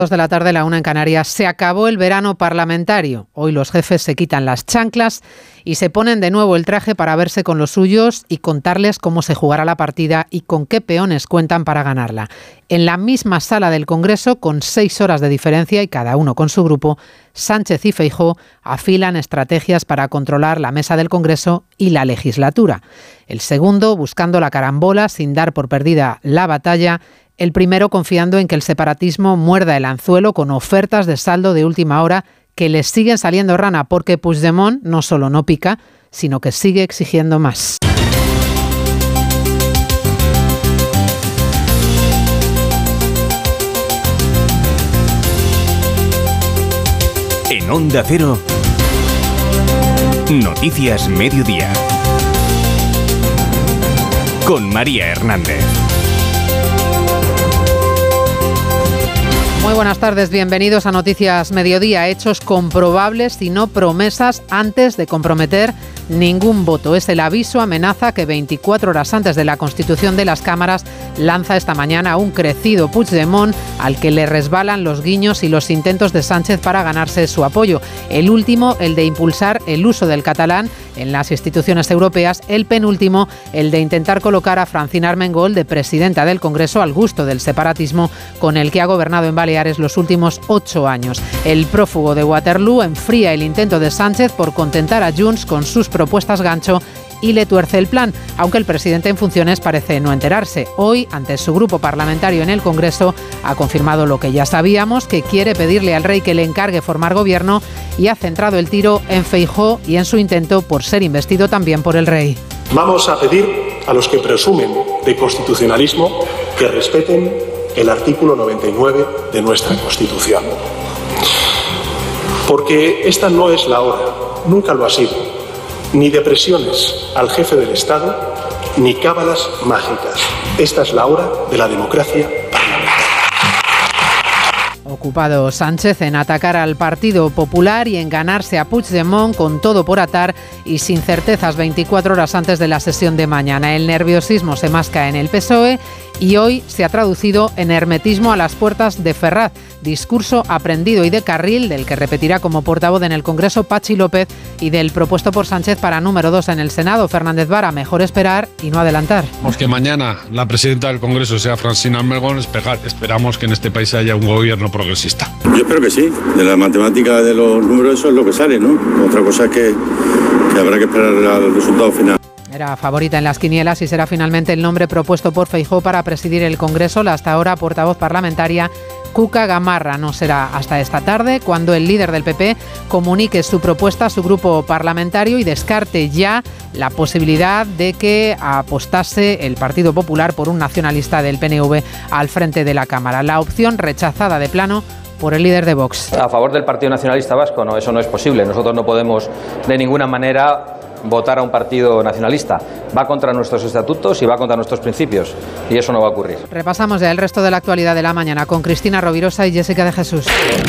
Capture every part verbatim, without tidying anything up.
dos de la tarde, la una en Canarias. Se acabó el verano parlamentario. Hoy los jefes se quitan las chanclas y se ponen de nuevo el traje para verse con los suyos y contarles cómo se jugará la partida y con qué peones cuentan para ganarla. En la misma sala del Congreso, con seis horas de diferencia y cada uno con su grupo, Sánchez y Feijóo afilan estrategias para controlar la mesa del Congreso y la legislatura. El segundo buscando la carambola sin dar por perdida la batalla. El primero confiando en que el separatismo muerda el anzuelo con ofertas de saldo de última hora que les siguen saliendo rana, porque Puigdemont no solo no pica, sino que sigue exigiendo más. En Onda Cero, Noticias Mediodía, con María Hernández. Muy buenas tardes, bienvenidos a Noticias Mediodía. Hechos comprobables y no promesas antes de comprometer ningún voto. Es el aviso, amenaza que veinticuatro horas antes de la constitución de las cámaras lanza esta mañana un crecido Puigdemont al que le resbalan los guiños y los intentos de Sánchez para ganarse su apoyo. El último, el de impulsar el uso del catalán en las instituciones europeas. El penúltimo, el de intentar colocar a Francina Armengol de presidenta del Congreso al gusto del separatismo con el que ha gobernado en Baleares los últimos ocho años. El prófugo de Waterloo enfría el intento de Sánchez por contentar a Junts con sus propuestas gancho y le tuerce el plan, aunque el presidente en funciones parece no enterarse. Hoy, ante su grupo parlamentario en el Congreso, ha confirmado lo que ya sabíamos, que quiere pedirle al rey que le encargue formar gobierno, y ha centrado el tiro en Feijóo y en su intento por ser investido también por el rey. Vamos a pedir a los que presumen de constitucionalismo que respeten el artículo noventa y nueve de nuestra Constitución. Porque esta no es la hora, nunca lo ha sido, ni de presiones al jefe del Estado, ni cábalas mágicas. Esta es la hora de la democracia parlamentaria. Ocupado Sánchez en atacar al Partido Popular y en ganarse a Puigdemont con todo por atar y sin certezas veinticuatro horas antes de la sesión de mañana. El nerviosismo se masca en el P S O E y hoy se ha traducido en hermetismo a las puertas de Ferraz. Discurso aprendido y de carril del que repetirá como portavoz en el Congreso Patxi López y del propuesto por Sánchez para número dos en el Senado, Fernández Vara. Mejor esperar y no adelantar. Pues que mañana la presidenta del Congreso sea Francina Armengol. Esperamos que en este país haya un gobierno progresista. Yo espero que sí. De la matemática de los números eso es lo que sale, ¿no? Otra cosa es que, que habrá que esperar al resultado final. Era favorita en las quinielas y será finalmente el nombre propuesto por Feijóo para presidir el Congreso. La hasta ahora portavoz parlamentaria Cuca Gamarra. No será hasta esta tarde cuando el líder del P P comunique su propuesta a su grupo parlamentario y descarte ya la posibilidad de que apostase el Partido Popular por un nacionalista del P N V al frente de la Cámara. La opción rechazada de plano por el líder de Vox. A favor del Partido Nacionalista Vasco, no, eso no es posible. Nosotros no podemos de ninguna manera votar a un partido nacionalista. Va contra nuestros estatutos y va contra nuestros principios, y eso no va a ocurrir. Repasamos ya el resto de la actualidad de la mañana con Cristina Rovirosa y Jessica de Jesús.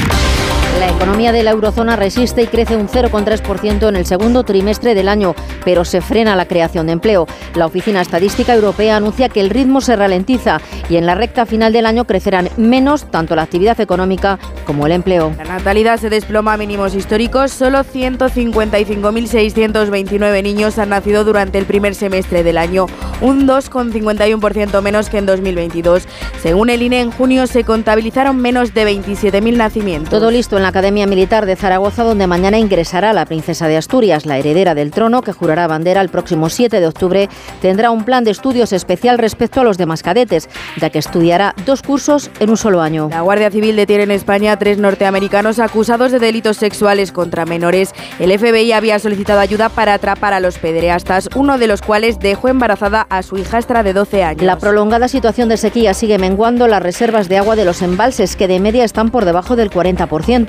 La economía de la eurozona resiste y crece un cero coma tres por ciento en el segundo trimestre del año, pero se frena la creación de empleo. La Oficina Estadística Europea anuncia que el ritmo se ralentiza y en la recta final del año crecerán menos tanto la actividad económica como el empleo. La natalidad se desploma a mínimos históricos. Solo ciento cincuenta y cinco mil seiscientos veintinueve niños han nacido durante el primer semestre del año, un dos coma cincuenta y uno por ciento menos que en dos mil veintidós. Según el I N E, en junio se contabilizaron menos de veintisiete mil nacimientos. Todo listo en la Academia Militar de Zaragoza, donde mañana ingresará la princesa de Asturias, la heredera del trono, que jurará bandera el próximo siete de octubre. Tendrá un plan de estudios especial respecto a los demás cadetes, ya que estudiará dos cursos en un solo año. La Guardia Civil detiene en España a tres norteamericanos acusados de delitos sexuales contra menores. El F B I había solicitado ayuda para atrapar a los pederastas, uno de los cuales dejó embarazada a su hijastra de doce años. La prolongada situación de sequía sigue menguando las reservas de agua de los embalses, que de media están por debajo del cuarenta por ciento.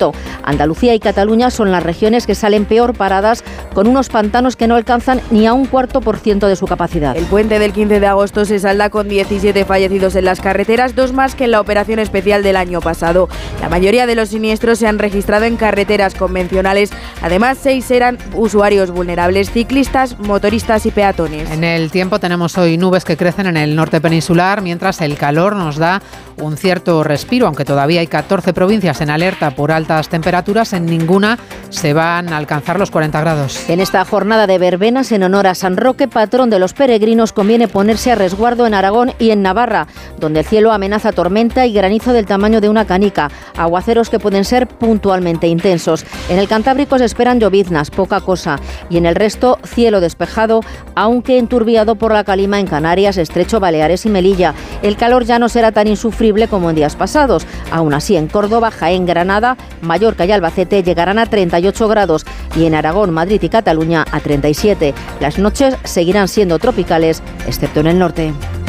crecimiento. Andalucía y Cataluña son las regiones que salen peor paradas, con unos pantanos que no alcanzan ni a un cuarto por ciento de su capacidad. El puente del quince de agosto se salda con diecisiete fallecidos en las carreteras, dos más que en la operación especial del año pasado. La mayoría de los siniestros se han registrado en carreteras convencionales. Además, seis eran usuarios vulnerables, ciclistas, motoristas y peatones. En el tiempo tenemos hoy nubes que crecen en el norte peninsular, mientras el calor nos da un cierto respiro, aunque todavía hay catorce provincias en alerta por altas temperaturas, en ninguna se van a alcanzar los cuarenta grados. En esta jornada de verbenas en honor a San Roque, patrón de los peregrinos, conviene ponerse a resguardo en Aragón y en Navarra, donde el cielo amenaza tormenta y granizo del tamaño de una canica, aguaceros que pueden ser puntualmente intensos. En el Cantábrico se esperan lloviznas, poca cosa, y en el resto cielo despejado, aunque enturbiado por la calima en Canarias, Estrecho, Baleares y Melilla. El calor ya no será tan insufrible como en días pasados. Aún así, en Córdoba, Jaén, Granada, Mallorca y Albacete llegarán a treinta y ocho grados y en Aragón, Madrid y Cataluña a treinta y siete. Las noches seguirán siendo tropicales, excepto en el norte.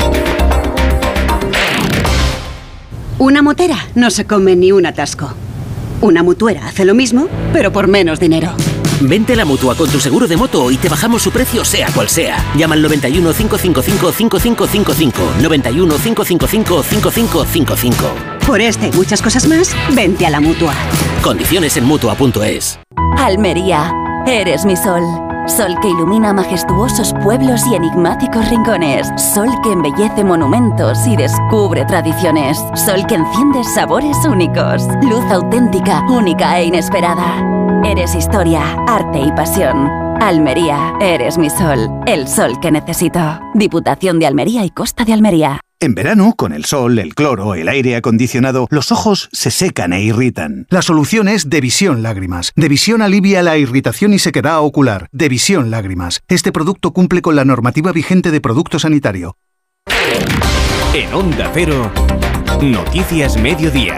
Una motera no se come ni un atasco. Una mutuera hace lo mismo, pero por menos dinero. Vente a la Mutua con tu seguro de moto y te bajamos su precio sea cual sea. Llama al noventa y uno, cinco cinco cinco, cinco cinco cinco cinco. noventa y uno, cinco cinco cinco, cinco cinco cinco cinco. Por esta y muchas cosas más, vente a la Mutua. Condiciones en Mutua punto es. Almería, eres mi sol. Sol que ilumina majestuosos pueblos y enigmáticos rincones. Sol que embellece monumentos y descubre tradiciones. Sol que enciende sabores únicos. Luz auténtica, única e inesperada. Eres historia, arte y pasión. Almería, eres mi sol. El sol que necesito. Diputación de Almería y Costa de Almería. En verano, con el sol, el cloro, el aire acondicionado, los ojos se secan e irritan. La solución es Devisión Lágrimas. Devisión alivia la irritación y sequedad ocular. Devisión Lágrimas. Este producto cumple con la normativa vigente de producto sanitario. En Onda Cero, Noticias Mediodía,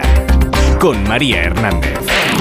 con María Hernández.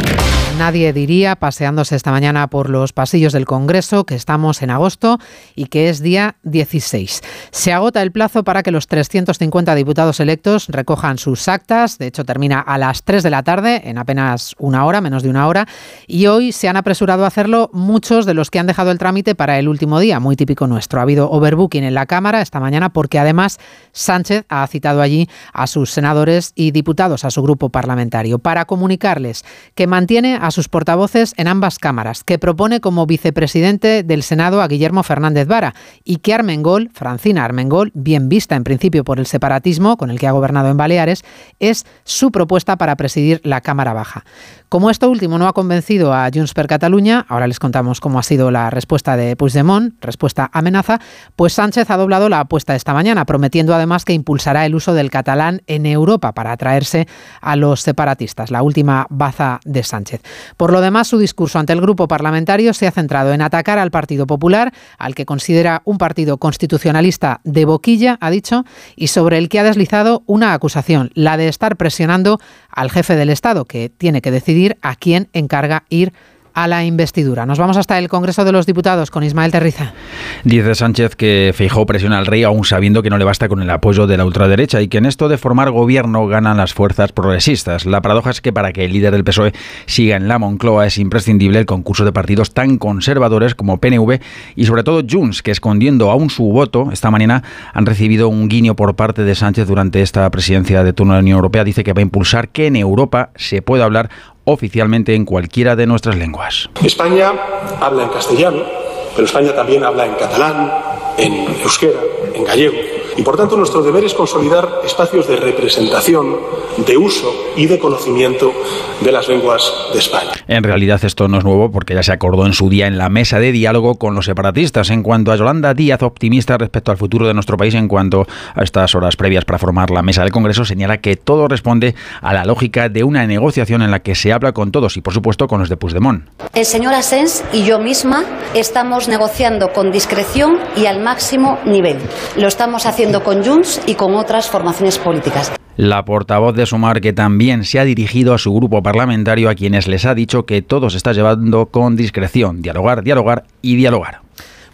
Nadie diría, paseándose esta mañana por los pasillos del Congreso, que estamos en agosto y que es día dieciséis. Se agota el plazo para que los trescientos cincuenta diputados electos recojan sus actas. De hecho, termina a las tres de la tarde, en apenas una hora, menos de una hora. Y hoy se han apresurado a hacerlo muchos de los que han dejado el trámite para el último día, muy típico nuestro. Ha habido overbooking en la Cámara esta mañana porque además Sánchez ha citado allí a sus senadores y diputados, a su grupo parlamentario, para comunicarles que mantiene a sus portavoces en ambas cámaras, que propone como vicepresidente del Senado a Guillermo Fernández Vara y que Armengol, Francina Armengol, bien vista en principio por el separatismo con el que ha gobernado en Baleares, es su propuesta para presidir la Cámara Baja. Como esto último no ha convencido a Junts per Catalunya, ahora les contamos cómo ha sido la respuesta de Puigdemont, respuesta amenaza, pues Sánchez ha doblado la apuesta esta mañana, prometiendo además que impulsará el uso del catalán en Europa para atraerse a los separatistas, la última baza de Sánchez. Por lo demás, su discurso ante el grupo parlamentario se ha centrado en atacar al Partido Popular, al que considera un partido constitucionalista de boquilla, ha dicho, y sobre el que ha deslizado una acusación, la de estar presionando al jefe del Estado, que tiene que decidir a quién encarga ir a la investidura. Nos vamos hasta el Congreso de los Diputados con Ismael Terriza. Dice Sánchez que Feijóo presiona al rey aún sabiendo que no le basta con el apoyo de la ultraderecha y que en esto de formar gobierno ganan las fuerzas progresistas. La paradoja es que para que el líder del P S O E siga en la Moncloa es imprescindible el concurso de partidos tan conservadores como P N V y sobre todo Junts, que escondiendo aún su voto, esta mañana han recibido un guiño por parte de Sánchez durante esta presidencia de turno de la Unión Europea. Dice que va a impulsar que en Europa se pueda hablar oficialmente en cualquiera de nuestras lenguas. España habla en castellano, pero España también habla en catalán, en euskera, en gallego. Y por tanto nuestro deber es consolidar espacios de representación, de uso y de conocimiento de las lenguas de España. En realidad esto no es nuevo porque ya se acordó en su día en la mesa de diálogo con los separatistas. En cuanto a Yolanda Díaz, optimista respecto al futuro de nuestro país en cuanto a estas horas previas para formar la mesa del Congreso, señala que todo responde a la lógica de una negociación en la que se habla con todos y por supuesto con los de Puigdemont. El señor Asens y yo misma estamos negociando con discreción y al máximo nivel. Lo estamos haciendo con Junts y con otras formaciones políticas. La portavoz de Sumar, que también se ha dirigido a su grupo parlamentario, a quienes les ha dicho que todo se está llevando con discreción, dialogar, dialogar y dialogar.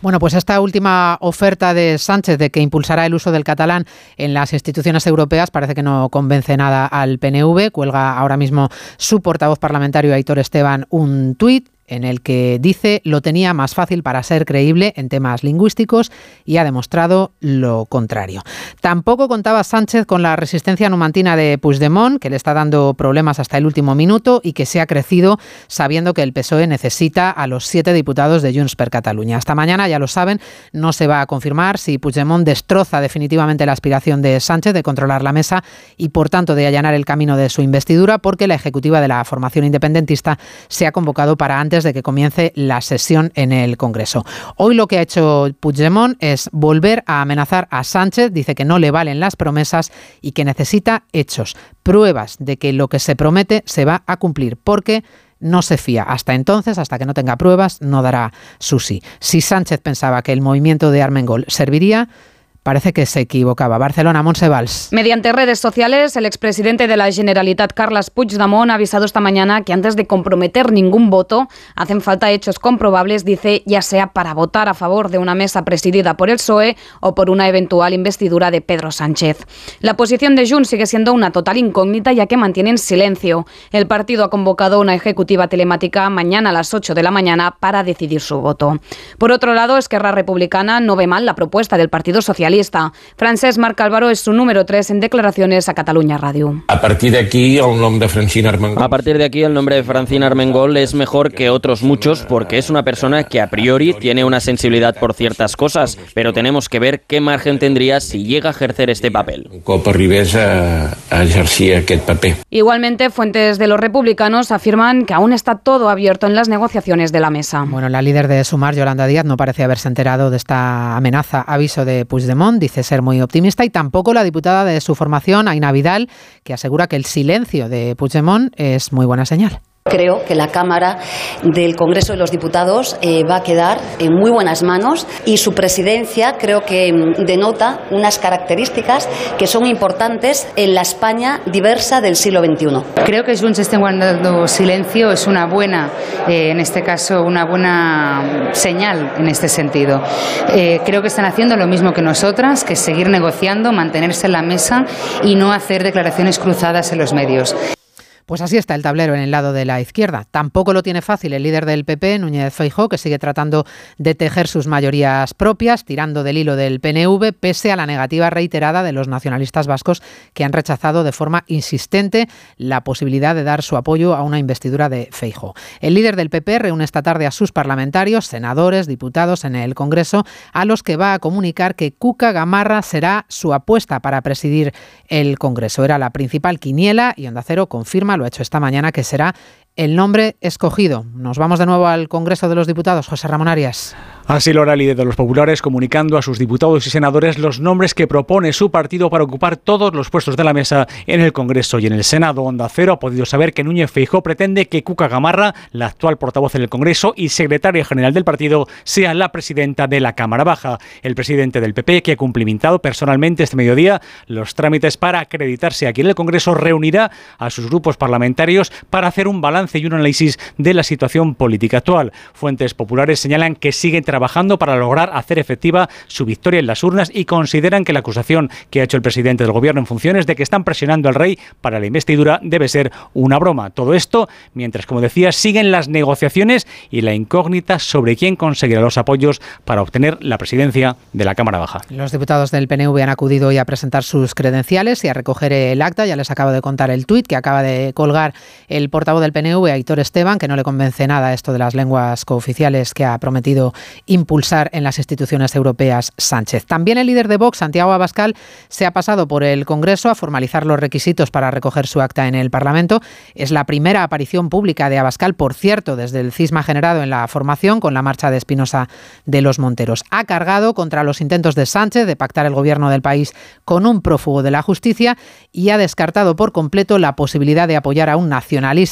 Bueno, pues esta última oferta de Sánchez de que impulsará el uso del catalán en las instituciones europeas parece que no convence nada al P N V. Cuelga ahora mismo su portavoz parlamentario, Aitor Esteban, un tuit en el que dice lo tenía más fácil para ser creíble en temas lingüísticos y ha demostrado lo contrario. Tampoco contaba Sánchez con la resistencia numantina de Puigdemont, que le está dando problemas hasta el último minuto y que se ha crecido sabiendo que el P S O E necesita a los siete diputados de Junts per Catalunya. Hasta mañana, ya lo saben, no se va a confirmar si Puigdemont destroza definitivamente la aspiración de Sánchez de controlar la mesa y, por tanto, de allanar el camino de su investidura, porque la ejecutiva de la formación independentista se ha convocado para antes de que comience la sesión en el Congreso. Hoy lo que ha hecho Puigdemont es volver a amenazar a Sánchez. Dice que no le valen las promesas y que necesita hechos, pruebas de que lo que se promete se va a cumplir, porque no se fía. Hasta entonces, hasta que no tenga pruebas, no dará su sí. Si Sánchez pensaba que el movimiento de Armengol serviría, parece que se equivocaba. Barcelona, Montse Valls. Mediante redes sociales, el expresidente de la Generalitat, Carles Puigdemont, ha avisado esta mañana que antes de comprometer ningún voto, hacen falta hechos comprobables, dice, ya sea para votar a favor de una mesa presidida por el P S O E o por una eventual investidura de Pedro Sánchez. La posición de Junts sigue siendo una total incógnita, ya que mantienen silencio. El partido ha convocado una ejecutiva telemática mañana a las ocho de la mañana para decidir su voto. Por otro lado, Esquerra Republicana no ve mal la propuesta del Partido Socialista. Francesc Marc Álvaro es su número tres en declaraciones a Catalunya Radio. A partir de aquí, el nombre de Francina Armengol. A partir de aquí, el nombre de Francina Armengol es mejor que otros muchos porque es una persona que a priori tiene una sensibilidad por ciertas cosas, pero tenemos que ver qué margen tendría si llega a ejercer este papel. Un cop arribés a, a ejercer aquest paper. Igualmente, fuentes de los republicanos afirman que aún está todo abierto en las negociaciones de la mesa. Bueno, la líder de Sumar, Yolanda Díaz, no parece haberse enterado de esta amenaza, aviso de Puigdemont. Dice ser muy optimista, y tampoco la diputada de su formación, Aina Vidal, que asegura que el silencio de Puigdemont es muy buena señal. Creo que la Cámara del Congreso de los Diputados eh, va a quedar en muy buenas manos y su presidencia creo que denota unas características que son importantes en la España diversa del siglo veintiuno. Creo que Junts esté guardando silencio es una buena, eh, en este caso, una buena señal en este sentido. Eh, creo que están haciendo lo mismo que nosotras, que es seguir negociando, mantenerse en la mesa y no hacer declaraciones cruzadas en los medios. Pues así está el tablero en el lado de la izquierda. Tampoco lo tiene fácil el líder del P P, Núñez Feijóo, que sigue tratando de tejer sus mayorías propias, tirando del hilo del P N V, pese a la negativa reiterada de los nacionalistas vascos, que han rechazado de forma insistente la posibilidad de dar su apoyo a una investidura de Feijóo. El líder del P P reúne esta tarde a sus parlamentarios, senadores, diputados en el Congreso, a los que va a comunicar que Cuca Gamarra será su apuesta para presidir el Congreso. Era la principal quiniela y Onda Cero confirma, lo ha hecho esta mañana, que será el nombre escogido. Nos vamos de nuevo al Congreso de los Diputados. José Ramón Arias. Así lo hará el líder de los populares, comunicando a sus diputados y senadores los nombres que propone su partido para ocupar todos los puestos de la mesa en el Congreso y en el Senado. Onda Cero ha podido saber que Núñez Feijóo pretende que Cuca Gamarra, la actual portavoz en el Congreso y secretaria general del partido, sea la presidenta de la Cámara Baja. El presidente del P P, que ha cumplimentado personalmente este mediodía los trámites para acreditarse aquí en el Congreso, reunirá a sus grupos parlamentarios para hacer un balance y un análisis de la situación política actual. Fuentes populares señalan que siguen trabajando para lograr hacer efectiva su victoria en las urnas y consideran que la acusación que ha hecho el presidente del Gobierno en funciones de que están presionando al rey para la investidura debe ser una broma. Todo esto mientras, como decía, siguen las negociaciones y la incógnita sobre quién conseguirá los apoyos para obtener la presidencia de la Cámara Baja. Los diputados del P N V han acudido hoy a presentar sus credenciales y a recoger el acta. Ya les acabo de contar el tuit que acaba de colgar el portavoz del P N V, Aitor Esteban, que no le convence nada esto de las lenguas cooficiales que ha prometido impulsar en las instituciones europeas Sánchez. También el líder de Vox, Santiago Abascal, se ha pasado por el Congreso a formalizar los requisitos para recoger su acta en el Parlamento. Es la primera aparición pública de Abascal, por cierto, desde el cisma generado en la formación con la marcha de Espinosa de los Monteros. Ha cargado contra los intentos de Sánchez de pactar el gobierno del país con un prófugo de la justicia y ha descartado por completo la posibilidad de apoyar a un nacionalista del P N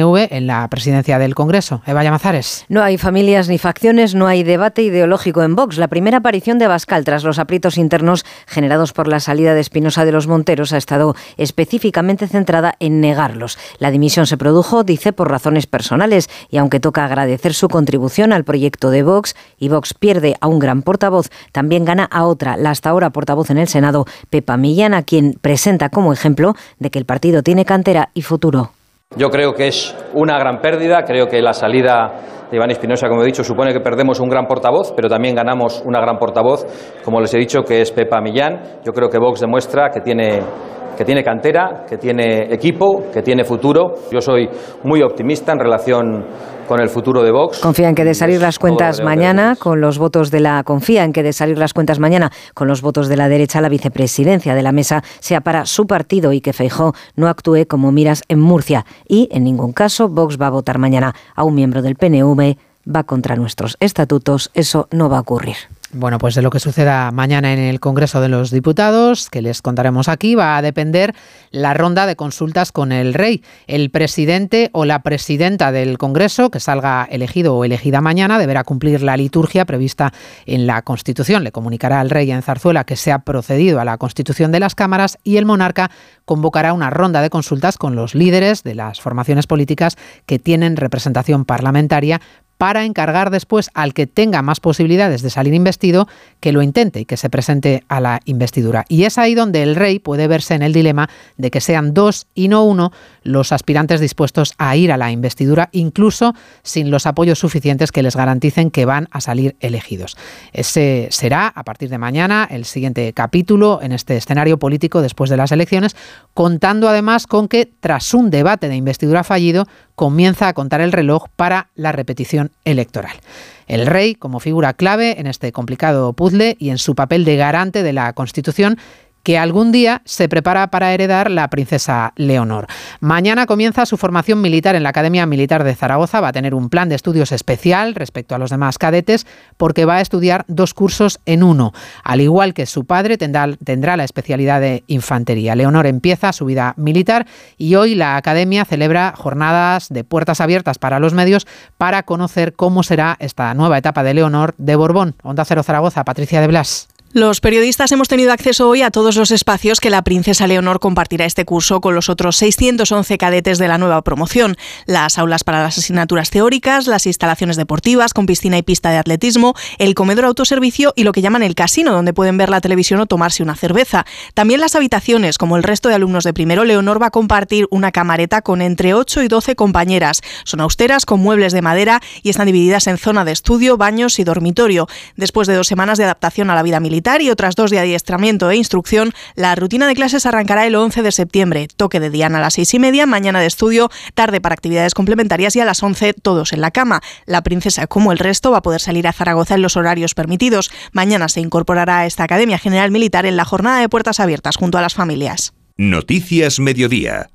N V en la presidencia del Congreso. Eva Llamazares. No hay familias ni facciones, no hay debate ideológico en Vox. La primera aparición de Abascal tras los aprietos internos generados por la salida de Espinosa de los Monteros ha estado específicamente centrada en negarlos. La dimisión se produjo, dice, por razones personales y aunque toca agradecer su contribución al proyecto de Vox y Vox pierde a un gran portavoz, también gana a otra, la hasta ahora portavoz en el Senado, Pepa Millán, a quien presenta como ejemplo de que el partido tiene cantera y futuro. Yo creo que es una gran pérdida, creo que la salida de Iván Espinosa, como he dicho, supone que perdemos un gran portavoz, pero también ganamos una gran portavoz, como les he dicho, que es Pepa Millán. Yo creo que Vox demuestra que tiene, que tiene cantera, que tiene equipo, que tiene futuro. Yo soy muy optimista en relación con el futuro de Vox. Confía en que de salir las cuentas mañana con los votos de la confía en que de salir las cuentas mañana con los votos de la derecha la vicepresidencia de la mesa sea para su partido y que Feijóo no actúe como Miras en Murcia y en ningún caso Vox va a votar mañana a un miembro del P N V, va contra nuestros estatutos, eso no va a ocurrir. Bueno, pues de lo que suceda mañana en el Congreso de los Diputados, que les contaremos aquí, va a depender la ronda de consultas con el rey. El presidente o la presidenta del Congreso, que salga elegido o elegida mañana, deberá cumplir la liturgia prevista en la Constitución. Le comunicará al rey en Zarzuela que se ha procedido a la constitución de las cámaras y el monarca convocará una ronda de consultas con los líderes de las formaciones políticas que tienen representación parlamentaria para encargar después al que tenga más posibilidades de salir investido que lo intente y que se presente a la investidura. Y es ahí donde el rey puede verse en el dilema de que sean dos y no uno los aspirantes dispuestos a ir a la investidura, incluso sin los apoyos suficientes que les garanticen que van a salir elegidos. Ese será, a partir de mañana, el siguiente capítulo en este escenario político después de las elecciones, contando además con que, tras un debate de investidura fallido, comienza a contar el reloj para la repetición electoral. El rey, como figura clave en este complicado puzzle y en su papel de garante de la Constitución, que algún día se prepara para heredar la princesa Leonor. Mañana comienza su formación militar en la Academia Militar de Zaragoza. Va a tener un plan de estudios especial respecto a los demás cadetes porque va a estudiar dos cursos en uno. Al igual que su padre, tendrá, tendrá la especialidad de infantería. Leonor empieza su vida militar y hoy la Academia celebra jornadas de puertas abiertas para los medios para conocer cómo será esta nueva etapa de Leonor de Borbón. Onda Cero Zaragoza, Patricia de Blas. Los periodistas hemos tenido acceso hoy a todos los espacios que la princesa Leonor compartirá este curso con los otros seiscientos once cadetes de la nueva promoción. Las aulas para las asignaturas teóricas, las instalaciones deportivas con piscina y pista de atletismo, el comedor autoservicio y lo que llaman el casino, donde pueden ver la televisión o tomarse una cerveza. También las habitaciones, como el resto de alumnos de primero, Leonor va a compartir una camareta con entre ocho y doce compañeras. Son austeras, con muebles de madera y están divididas en zona de estudio, baños y dormitorio. Después de dos semanas de adaptación a la vida militar y otras dos de adiestramiento e instrucción, la rutina de clases arrancará el once de septiembre. Toque de día a las seis y media, mañana de estudio, tarde para actividades complementarias y a las once todos en la cama. La princesa, como el resto, va a poder salir a Zaragoza en los horarios permitidos. Mañana se incorporará a esta Academia General Militar en la jornada de puertas abiertas junto a las familias. Noticias Mediodía.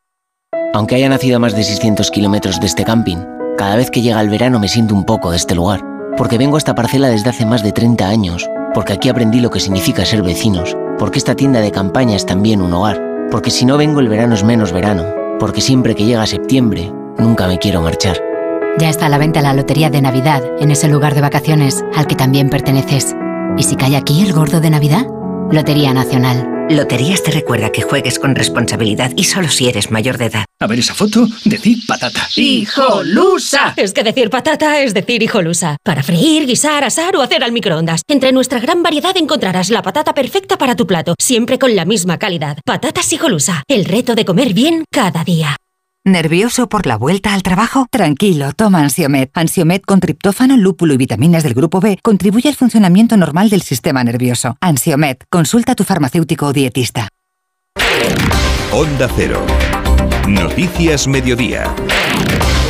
Aunque haya nacido a más de seiscientos kilómetros de este camping, cada vez que llega el verano me siento un poco de este lugar. Porque vengo a esta parcela desde hace más de treinta años. Porque aquí aprendí lo que significa ser vecinos, porque esta tienda de campaña es también un hogar, porque si no vengo el verano es menos verano, porque siempre que llega septiembre, nunca me quiero marchar. Ya está a la venta la Lotería de Navidad, en ese lugar de vacaciones al que también perteneces. ¿Y si cae aquí el gordo de Navidad? Lotería Nacional. Loterías te recuerda que juegues con responsabilidad y solo si eres mayor de edad. A ver esa foto, decir patata. ¡Hijolusa! Es que decir patata es decir hijolusa. Para freír, guisar, asar o hacer al microondas. Entre nuestra gran variedad encontrarás la patata perfecta para tu plato, siempre con la misma calidad. Patatas Hijolusa, el reto de comer bien cada día. ¿Nervioso por la vuelta al trabajo? Tranquilo, toma Ansiomed. Ansiomed con triptófano, lúpulo y vitaminas del grupo B contribuye al funcionamiento normal del sistema nervioso. Ansiomed, consulta a tu farmacéutico o dietista. Onda Cero. Noticias Mediodía.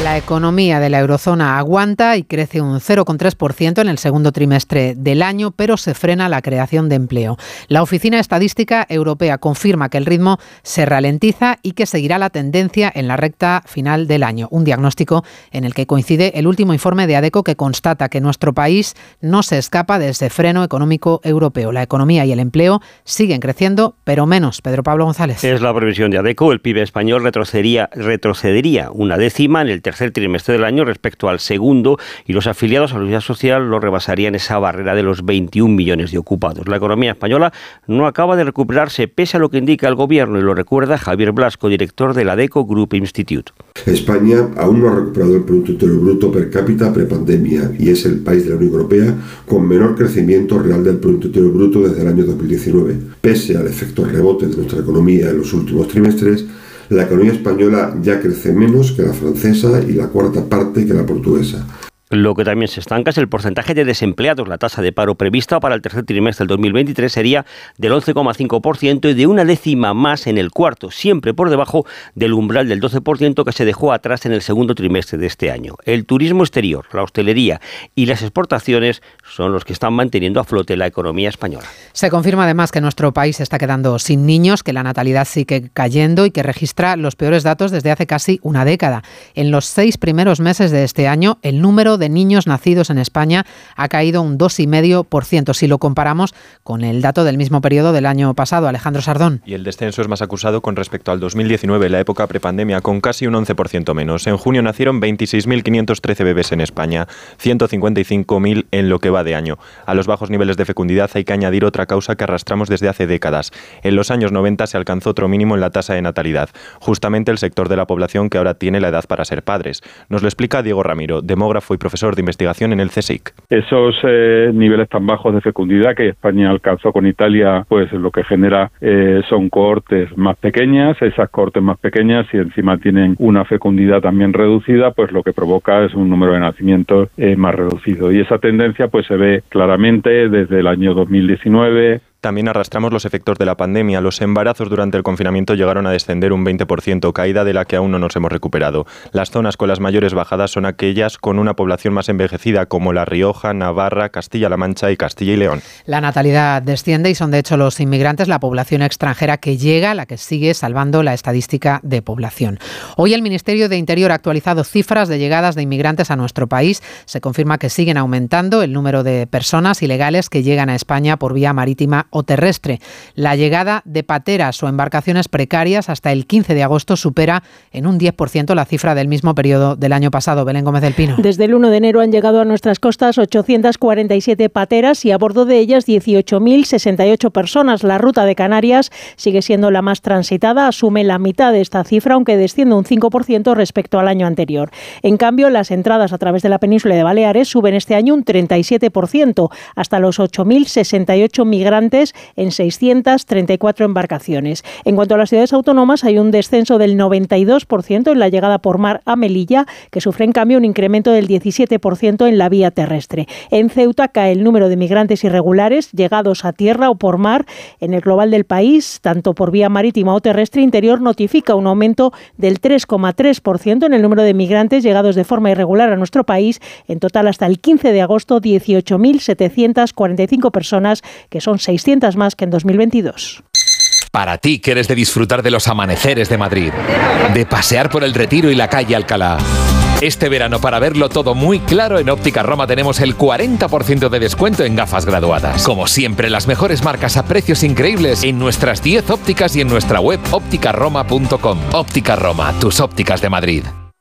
La economía de la eurozona aguanta y crece un cero coma tres por ciento en el segundo trimestre del año, pero se frena la creación de empleo. La Oficina Estadística Europea confirma que el ritmo se ralentiza y que seguirá la tendencia en la recta final del año. Un diagnóstico en el que coincide el último informe de ADECO, que constata que nuestro país no se escapa de ese freno económico europeo. La economía y el empleo siguen creciendo, pero menos. Pedro Pablo González. Es la previsión de ADECO. El P I B español retrocedería, retrocedería una décima en el tercer trimestre del año respecto al segundo, y los afiliados a la Seguridad Social lo rebasarían esa barrera de los veintiún millones de ocupados. La economía española no acaba de recuperarse pese a lo que indica el gobierno, y lo recuerda Javier Blasco, director del ADECO Group Institute. España aún no ha recuperado el Producto Interior Bruto per cápita prepandemia y es el país de la Unión Europea con menor crecimiento real del Producto Interior Bruto desde el año dos mil diecinueve. Pese al efecto rebote de nuestra economía en los últimos trimestres, la economía española ya crece menos que la francesa y la cuarta parte que la portuguesa. Lo que también se estanca es el porcentaje de desempleados. La tasa de paro prevista para el tercer trimestre del dos mil veintitrés sería del once coma cinco por ciento y de una décima más en el cuarto, siempre por debajo del umbral del doce por ciento que se dejó atrás en el segundo trimestre de este año. El turismo exterior, la hostelería y las exportaciones son los que están manteniendo a flote la economía española. Se confirma además que nuestro país está quedando sin niños, que la natalidad sigue cayendo y que registra los peores datos desde hace casi una década. En los seis primeros meses de este año, el número de niños nacidos en España ha caído un dos coma cinco por ciento si lo comparamos con el dato del mismo periodo del año pasado. Alejandro Sardón. Y el descenso es más acusado con respecto al dos mil diecinueve, la época prepandemia, con casi un once por ciento menos. En junio nacieron veintiséis mil quinientos trece bebés en España, ciento cincuenta y cinco mil en lo que va de año. A los bajos niveles de fecundidad hay que añadir otra causa que arrastramos desde hace décadas. En los años noventa se alcanzó otro mínimo en la tasa de natalidad, justamente el sector de la población que ahora tiene la edad para ser padres. Nos lo explica Diego Ramiro, demógrafo y profesor de investigación en el C S I C. Esos eh, niveles tan bajos de fecundidad que España alcanzó con Italia, pues lo que genera eh, son cohortes más pequeñas. Esas cohortes más pequeñas, si encima tienen una fecundidad también reducida, pues lo que provoca es un número de nacimientos eh, más reducido. Y esa tendencia pues se ve claramente desde el año dos mil diecinueve. También arrastramos los efectos de la pandemia. Los embarazos durante el confinamiento llegaron a descender un veinte por ciento, caída de la que aún no nos hemos recuperado. Las zonas con las mayores bajadas son aquellas con una población más envejecida, como La Rioja, Navarra, Castilla-La Mancha y Castilla y León. La natalidad desciende y son de hecho los inmigrantes, la población extranjera que llega, la que sigue salvando la estadística de población. Hoy el Ministerio de Interior ha actualizado cifras de llegadas de inmigrantes a nuestro país. Se confirma que siguen aumentando el número de personas ilegales que llegan a España por vía marítima o terrestre. La llegada de pateras o embarcaciones precarias hasta el quince de agosto supera en un diez por ciento la cifra del mismo periodo del año pasado. Belén Gómez del Pino. Desde el uno de enero han llegado a nuestras costas ochocientas cuarenta y siete pateras y a bordo de ellas dieciocho mil sesenta y ocho personas. La ruta de Canarias sigue siendo la más transitada, asume la mitad de esta cifra, aunque desciende un cinco por ciento respecto al año anterior. En cambio, las entradas a través de la península de Baleares suben este año un treinta y siete por ciento, hasta los ocho mil sesenta y ocho migrantes en seiscientas treinta y cuatro embarcaciones. En cuanto a las ciudades autónomas, hay un descenso del noventa y dos por ciento en la llegada por mar a Melilla, que sufre en cambio un incremento del diecisiete por ciento en la vía terrestre. En Ceuta cae el número de migrantes irregulares llegados a tierra o por mar. En el global del país, tanto por vía marítima o terrestre, Interior notifica un aumento del tres coma tres por ciento en el número de migrantes llegados de forma irregular a nuestro país. En total, hasta el quince de agosto, dieciocho mil setecientas cuarenta y cinco personas, que son seiscientas más que en dos mil veintidós. Para ti, que eres de disfrutar de los amaneceres de Madrid, de pasear por el Retiro y la calle Alcalá. Este verano, para verlo todo muy claro, en Óptica Roma tenemos el cuarenta por ciento de descuento en gafas graduadas. Como siempre, las mejores marcas a precios increíbles en nuestras diez ópticas y en nuestra web óptica roma punto com. Óptica Roma, tus ópticas de Madrid.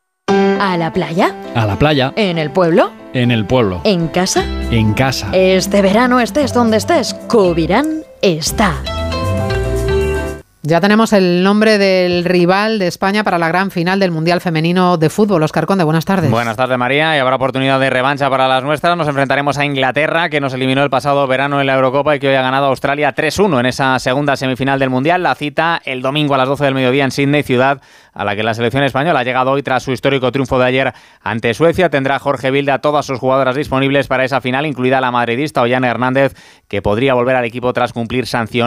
¿A la playa? A la playa. ¿En el pueblo? En el pueblo. ¿En casa? En casa. Este verano, estés donde estés, Covirán está. Ya tenemos el nombre del rival de España para la gran final del Mundial Femenino de Fútbol. Óscar Conde, buenas tardes. Buenas tardes, María. Y habrá oportunidad de revancha para las nuestras. Nos enfrentaremos a Inglaterra, que nos eliminó el pasado verano en la Eurocopa y que hoy ha ganado a Australia tres uno en esa segunda semifinal del Mundial. La cita el domingo a las doce del mediodía en Sydney, ciudad a la que la selección española ha llegado hoy tras su histórico triunfo de ayer ante Suecia. Tendrá Jorge Vilda a todas sus jugadoras disponibles para esa final, incluida la madridista Ollane Hernández, que podría volver al equipo tras cumplir sanción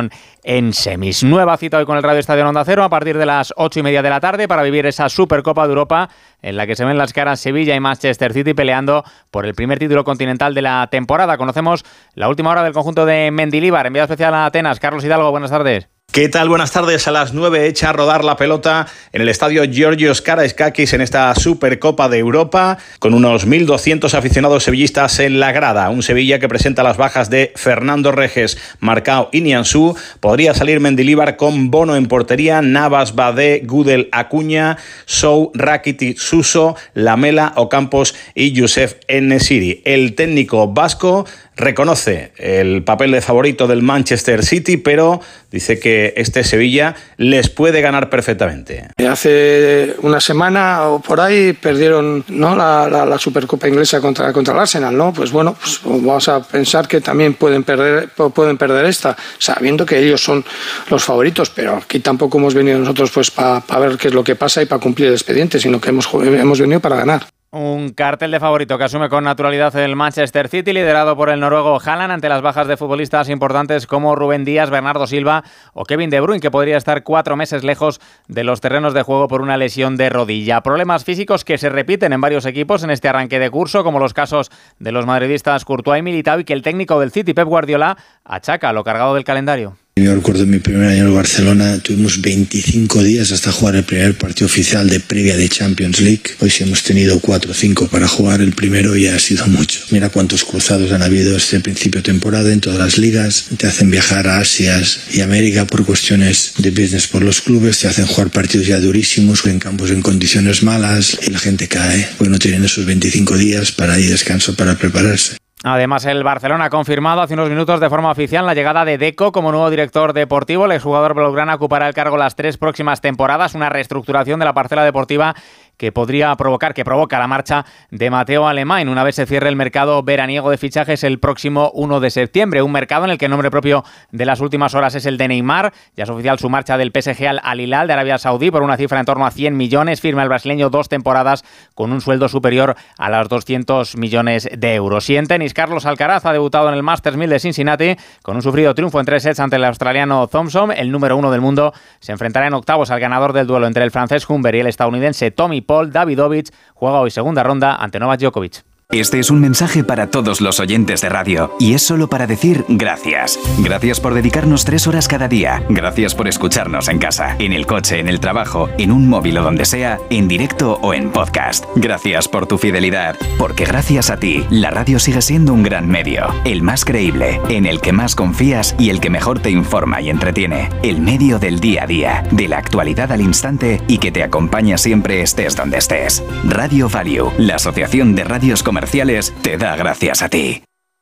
en semis. Nueva cita hoy con el Radio Estadio Onda Cero a partir de las ocho y media de la tarde para vivir esa Supercopa de Europa en la que se ven las caras Sevilla y Manchester City peleando por el primer título continental de la temporada. Conocemos la última hora del conjunto de Mendilibar. Enviado especial a Atenas. Carlos Hidalgo, buenas tardes. ¿Qué tal? Buenas tardes. A las nueve echa a rodar la pelota en el estadio Georgios Karaiskakis en esta Supercopa de Europa, con unos mil doscientos aficionados sevillistas en la grada. Un Sevilla que presenta las bajas de Fernando Reges, Marcao y Nianzú. Podría salir Mendilibar con Bono en portería, Navas, Badé, Gudel, Acuña, Sou, Rakitic, Suso, Lamela, Ocampos y Youssef En-Nesyri. El técnico vasco reconoce el papel de favorito del Manchester City, pero dice que este Sevilla les puede ganar perfectamente. Hace una semana o por ahí perdieron, ¿no?, la, la, la Supercopa inglesa contra, contra el Arsenal, ¿no? Pues bueno, pues vamos a pensar que también pueden perder, pueden perder esta, sabiendo que ellos son los favoritos, pero aquí tampoco hemos venido nosotros pues para pa ver qué es lo que pasa y para cumplir el expediente, sino que hemos, hemos venido para ganar. Un cartel de favorito que asume con naturalidad el Manchester City, liderado por el noruego Haaland, ante las bajas de futbolistas importantes como Rubén Díaz, Bernardo Silva o Kevin De Bruyne, que podría estar cuatro meses lejos de los terrenos de juego por una lesión de rodilla. Problemas físicos que se repiten en varios equipos en este arranque de curso, como los casos de los madridistas Courtois y Militao, y que el técnico del City, Pep Guardiola, achaca a lo cargado del calendario. Yo recuerdo mi primer año en el Barcelona, tuvimos veinticinco días hasta jugar el primer partido oficial de previa de Champions League. Hoy sí hemos tenido cuatro o cinco para jugar el primero y ha sido mucho. Mira cuántos cruzados han habido este principio de temporada en todas las ligas. Te hacen viajar a Asia y América por cuestiones de business por los clubes, te hacen jugar partidos ya durísimos en campos en condiciones malas y la gente cae porque no tienen esos veinticinco días para ir descanso para prepararse. Además, el Barcelona ha confirmado hace unos minutos de forma oficial la llegada de Deco como nuevo director deportivo. El exjugador blaugrana ocupará el cargo las tres próximas temporadas, una reestructuración de la parcela deportiva que podría provocar, que provoca la marcha de Mateo Alemán una vez se cierre el mercado veraniego de fichajes el próximo uno de septiembre. Un mercado en el que el nombre propio de las últimas horas es el de Neymar. Ya es oficial su marcha del P S G al Al Hilal de Arabia Saudí por una cifra en torno a cien millones. Firma el brasileño dos temporadas con un sueldo superior a los doscientos millones de euros. Y en tenis, Carlos Alcaraz ha debutado en el Masters mil de Cincinnati con un sufrido triunfo en tres sets ante el australiano Thompson. El número uno del mundo se enfrentará en octavos al ganador del duelo entre el francés Humbert y el estadounidense Tommy Paul. Davidovich juega hoy segunda ronda ante Novak Djokovic. Este es un mensaje para todos los oyentes de radio y es solo para decir gracias. Gracias por dedicarnos tres horas cada día. Gracias por escucharnos en casa, en el coche, en el trabajo, en un móvil o donde sea, en directo o en podcast. Gracias por tu fidelidad, porque gracias a ti, la radio sigue siendo un gran medio, el más creíble, en el que más confías y el que mejor te informa y entretiene. El medio del día a día, de la actualidad al instante y que te acompaña siempre estés donde estés. Radio Value, la asociación de radios comerciales, te da gracias a ti.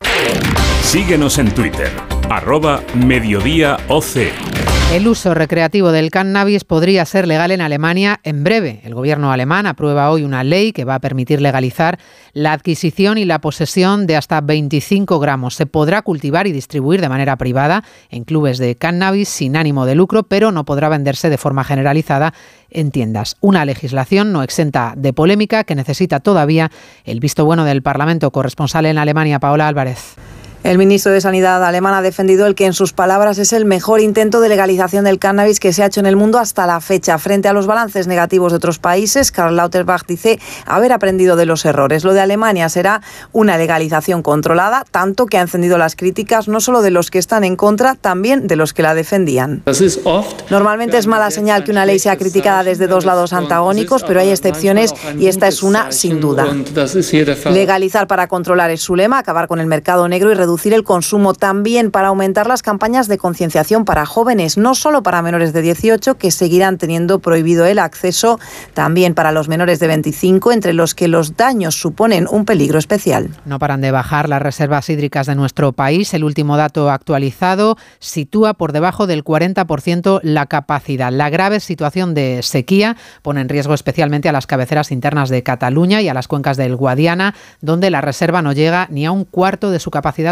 Síguenos en Twitter, arroba Mediodía O C. El uso recreativo del cannabis podría ser legal en Alemania en breve. El gobierno alemán aprueba hoy una ley que va a permitir legalizar la adquisición y la posesión de hasta veinticinco gramos. Se podrá cultivar y distribuir de manera privada en clubes de cannabis sin ánimo de lucro, pero no podrá venderse de forma generalizada en tiendas. Una legislación no exenta de polémica que necesita todavía el visto bueno del Parlamento. Corresponsal en Alemania, Paola Álvarez. El ministro de Sanidad alemán ha defendido el que en sus palabras es el mejor intento de legalización del cannabis que se ha hecho en el mundo hasta la fecha. Frente a los balances negativos de otros países, Karl Lauterbach dice haber aprendido de los errores. Lo de Alemania será una legalización controlada, tanto que ha encendido las críticas no solo de los que están en contra, también de los que la defendían. Normalmente es mala señal que una ley sea criticada desde dos lados antagónicos, pero hay excepciones y esta es una sin duda. Legalizar para controlar es su lema, acabar con el mercado negro y reducir el consumo, también para aumentar las campañas de concienciación para jóvenes, no solo para menores de dieciocho, que seguirán teniendo prohibido el acceso, también para los menores de veinticinco, entre los que los daños suponen un peligro especial. No paran de bajar las reservas hídricas de nuestro país. El último dato actualizado sitúa por debajo del cuarenta por ciento la capacidad. La grave situación de sequía pone en riesgo especialmente a las cabeceras internas de Cataluña y a las cuencas del Guadiana, donde la reserva no llega ni a un cuarto de su capacidad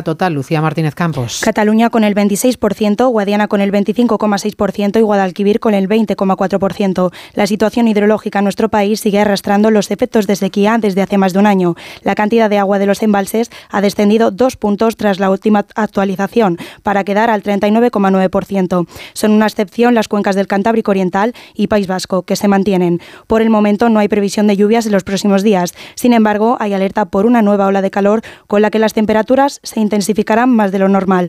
la total, Lucía Martínez Campos. Cataluña con el veintiséis por ciento, Guadiana con el veinticinco coma seis por ciento y Guadalquivir con el veinte coma cuatro por ciento. La situación hidrológica en nuestro país sigue arrastrando los efectos de sequía desde hace más de un año. La cantidad de agua de los embalses ha descendido dos puntos tras la última actualización, para quedar al treinta y nueve coma nueve por ciento. Son una excepción las cuencas del Cantábrico Oriental y País Vasco, que se mantienen. Por el momento no hay previsión de lluvias en los próximos días. Sin embargo, hay alerta por una nueva ola de calor con la que las temperaturas se intensificarán más de lo normal.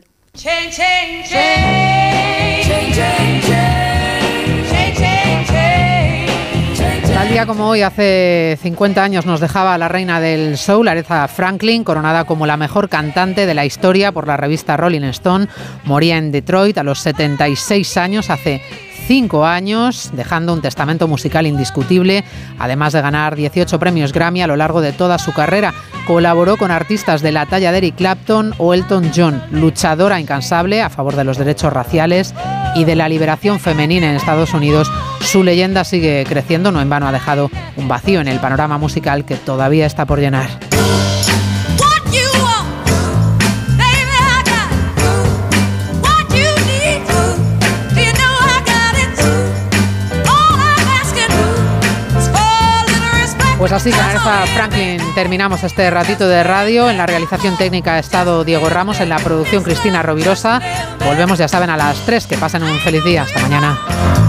Tal día como hoy, hace cincuenta años, nos dejaba la reina del soul, Aretha Franklin, coronada como la mejor cantante de la historia por la revista Rolling Stone. Moría en Detroit a los setenta y seis años, hace cinco años, dejando un testamento musical indiscutible, además de ganar dieciocho premios Grammy a lo largo de toda su carrera. Colaboró con artistas de la talla de Eric Clapton o Elton John, luchadora incansable a favor de los derechos raciales y de la liberación femenina en Estados Unidos. Su leyenda sigue creciendo, no en vano ha dejado un vacío en el panorama musical que todavía está por llenar. Pues así, con Aretha Franklin terminamos este ratito de radio. En la realización técnica ha estado Diego Ramos, en la producción Cristina Rovirosa. Volvemos, ya saben, a las tres. Que pasen un feliz día. Hasta mañana.